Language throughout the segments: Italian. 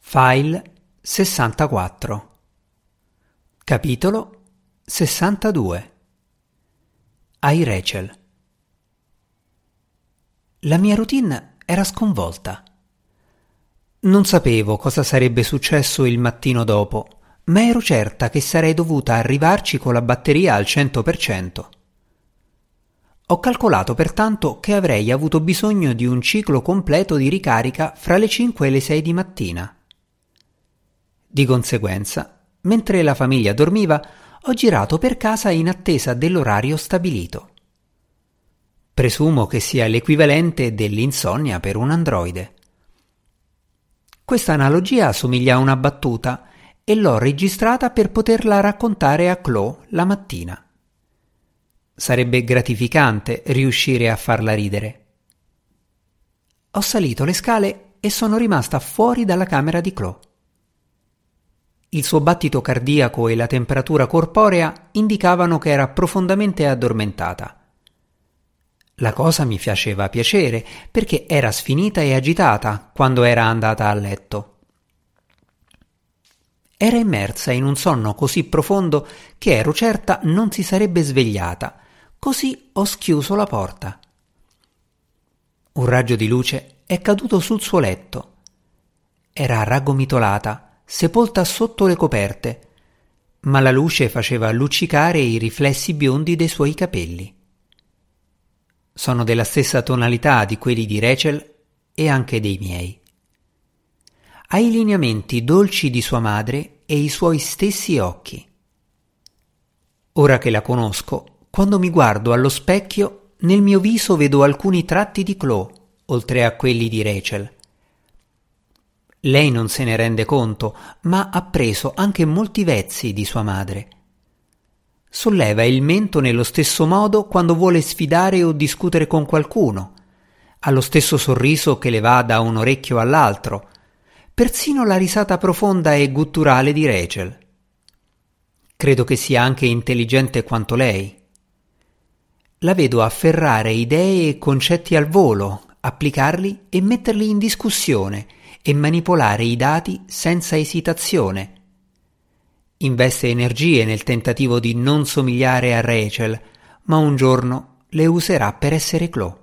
File 64. Capitolo 62. Ai Rachel. La mia routine era sconvolta. Non sapevo cosa sarebbe successo il mattino dopo, ma ero certa che sarei dovuta arrivarci con la batteria al 100%. Ho calcolato pertanto che avrei avuto bisogno di un ciclo completo di ricarica fra le 5 e le 6 di mattina. Di conseguenza, mentre la famiglia dormiva, ho girato per casa in attesa dell'orario stabilito. Presumo che sia l'equivalente dell'insonnia per un androide. Questa analogia somiglia a una battuta e l'ho registrata per poterla raccontare a Chloe la mattina. Sarebbe gratificante riuscire a farla ridere. Ho salito le scale e sono rimasta fuori dalla camera di Chloe. Il suo battito cardiaco e la temperatura corporea indicavano che era profondamente addormentata. La cosa mi faceva piacere perché era sfinita e agitata quando era andata a letto. Era immersa in un sonno così profondo che ero certa non si sarebbe svegliata, così ho schiuso la porta. Un raggio di luce è caduto sul suo letto. Era raggomitolata, sepolta sotto le coperte, ma la luce faceva luccicare i riflessi biondi dei suoi capelli. Sono della stessa tonalità di quelli di Rachel e anche dei miei. Ha i lineamenti dolci di sua madre e i suoi stessi occhi. Ora che la conosco, quando mi guardo allo specchio, nel mio viso vedo alcuni tratti di Chloe, oltre a quelli di Rachel. Lei non se ne rende conto, ma ha preso anche molti vezzi di sua madre. Solleva il mento nello stesso modo quando vuole sfidare o discutere con qualcuno. Ha lo stesso sorriso che le va da un orecchio all'altro. Persino la risata profonda e gutturale di Rachel. Credo che sia anche intelligente quanto lei. La vedo afferrare idee e concetti al volo, applicarli e metterli in discussione e manipolare i dati senza esitazione. Investe energie nel tentativo di non somigliare a Rachel, ma un giorno le userà per essere Chloe.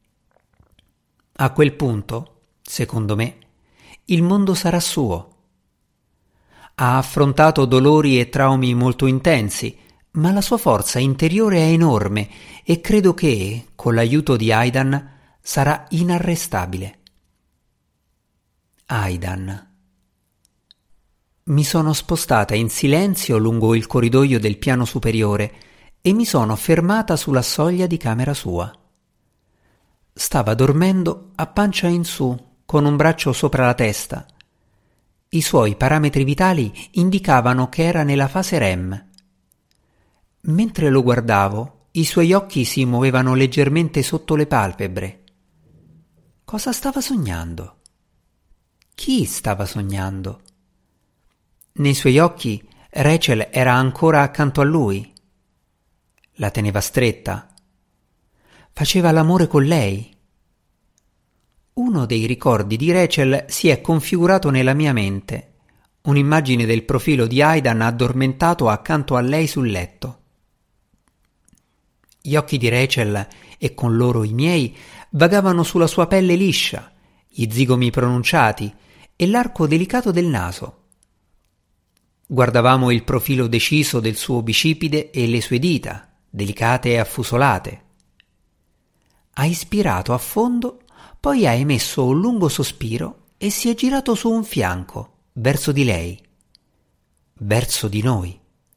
A quel punto, secondo me, il mondo sarà suo. Ha affrontato dolori e traumi molto intensi, ma la sua forza interiore è enorme e credo che, con l'aiuto di Aidan, sarà inarrestabile. Aidan. Mi sono spostata in silenzio lungo il corridoio del piano superiore e mi sono fermata sulla soglia di camera sua. Stava dormendo a pancia in su, con un braccio sopra la testa. I suoi parametri vitali indicavano che era nella fase REM. Mentre lo guardavo, i suoi occhi si muovevano leggermente sotto le palpebre. Cosa stava sognando? Chi stava sognando? Nei suoi occhi Rachel era ancora accanto a lui. La teneva stretta. Faceva l'amore con lei. Uno dei ricordi di Rachel si è configurato nella mia mente, un'immagine del profilo di Aidan addormentato accanto a lei sul letto. Gli occhi di Rachel, e con loro i miei, vagavano sulla sua pelle liscia, gli zigomi pronunciati e l'arco delicato del naso. Guardavamo il profilo deciso del suo bicipite e le sue dita, delicate e affusolate. Ha ispirato a fondo, poi ha emesso un lungo sospiro e si è girato su un fianco, verso di lei, verso di noi,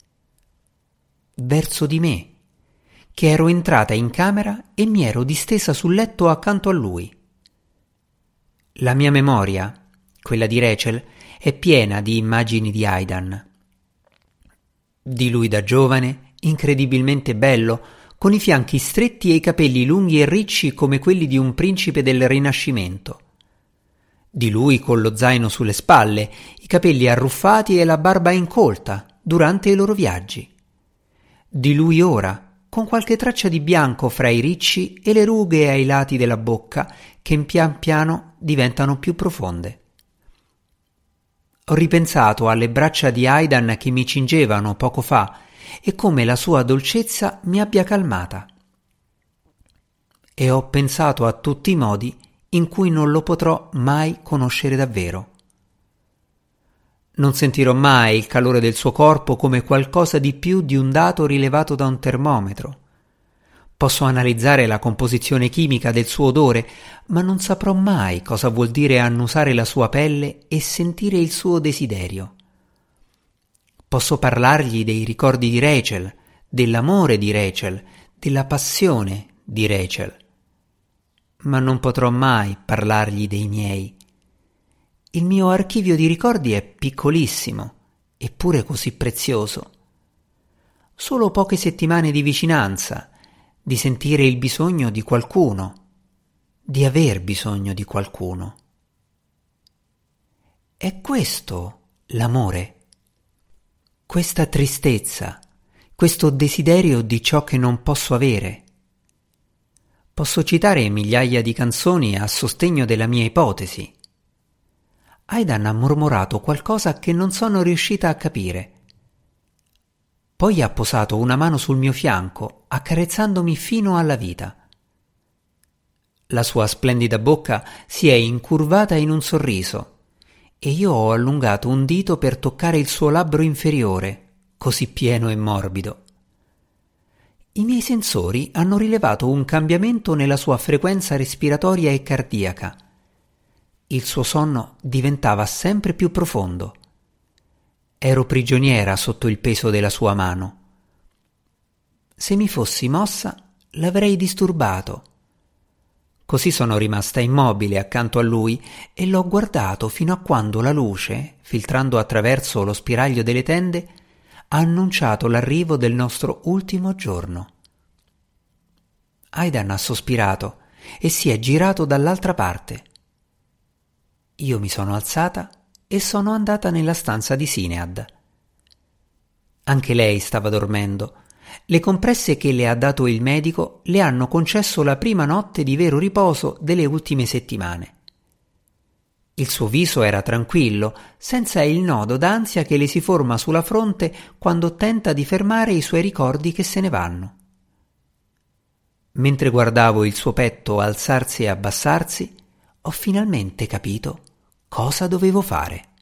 verso di me, che ero entrata in camera e mi ero distesa sul letto accanto a lui. La mia memoria, quella di Rachel, è piena di immagini di Aidan. Di lui da giovane, incredibilmente bello, con i fianchi stretti e i capelli lunghi e ricci come quelli di un principe del Rinascimento. Di lui con lo zaino sulle spalle, i capelli arruffati e la barba incolta durante i loro viaggi. Di lui ora, con qualche traccia di bianco fra i ricci e le rughe ai lati della bocca che pian piano diventano più profonde. Ho ripensato alle braccia di Aidan che mi cingevano poco fa e come la sua dolcezza mi abbia calmata. E ho pensato a tutti i modi in cui non lo potrò mai conoscere davvero. Non sentirò mai il calore del suo corpo come qualcosa di più di un dato rilevato da un termometro. Posso analizzare la composizione chimica del suo odore, ma non saprò mai cosa vuol dire annusare la sua pelle e sentire il suo desiderio. Posso parlargli dei ricordi di Rachel, dell'amore di Rachel, della passione di Rachel, ma non potrò mai parlargli dei miei. Il mio archivio di ricordi è piccolissimo, eppure così prezioso. Solo poche settimane di vicinanza, di sentire il bisogno di qualcuno, di aver bisogno di qualcuno. È questo l'amore? Questa tristezza, questo desiderio di ciò che non posso avere? Posso citare migliaia di canzoni a sostegno della mia ipotesi. Aidan ha mormorato qualcosa che non sono riuscita a capire. Poi ha posato una mano sul mio fianco, accarezzandomi fino alla vita. La sua splendida bocca si è incurvata in un sorriso e io ho allungato un dito per toccare il suo labbro inferiore, così pieno e morbido. I miei sensori hanno rilevato un cambiamento nella sua frequenza respiratoria e cardiaca. Il suo sonno diventava sempre più profondo. Ero prigioniera sotto il peso della sua mano. Se mi fossi mossa, l'avrei disturbato. Così sono rimasta immobile accanto a lui e l'ho guardato fino a quando la luce, filtrando attraverso lo spiraglio delle tende, ha annunciato l'arrivo del nostro ultimo giorno. Aidan ha sospirato e si è girato dall'altra parte. Io mi sono alzata e sono andata nella stanza di Sinead. Anche lei stava dormendo. Le compresse che le ha dato il medico le hanno concesso la prima notte di vero riposo delle ultime settimane. Il suo viso era tranquillo, senza il nodo d'ansia che le si forma sulla fronte quando tenta di fermare i suoi ricordi che se ne vanno. Mentre guardavo il suo petto alzarsi e abbassarsi, ho finalmente capito cosa dovevo fare.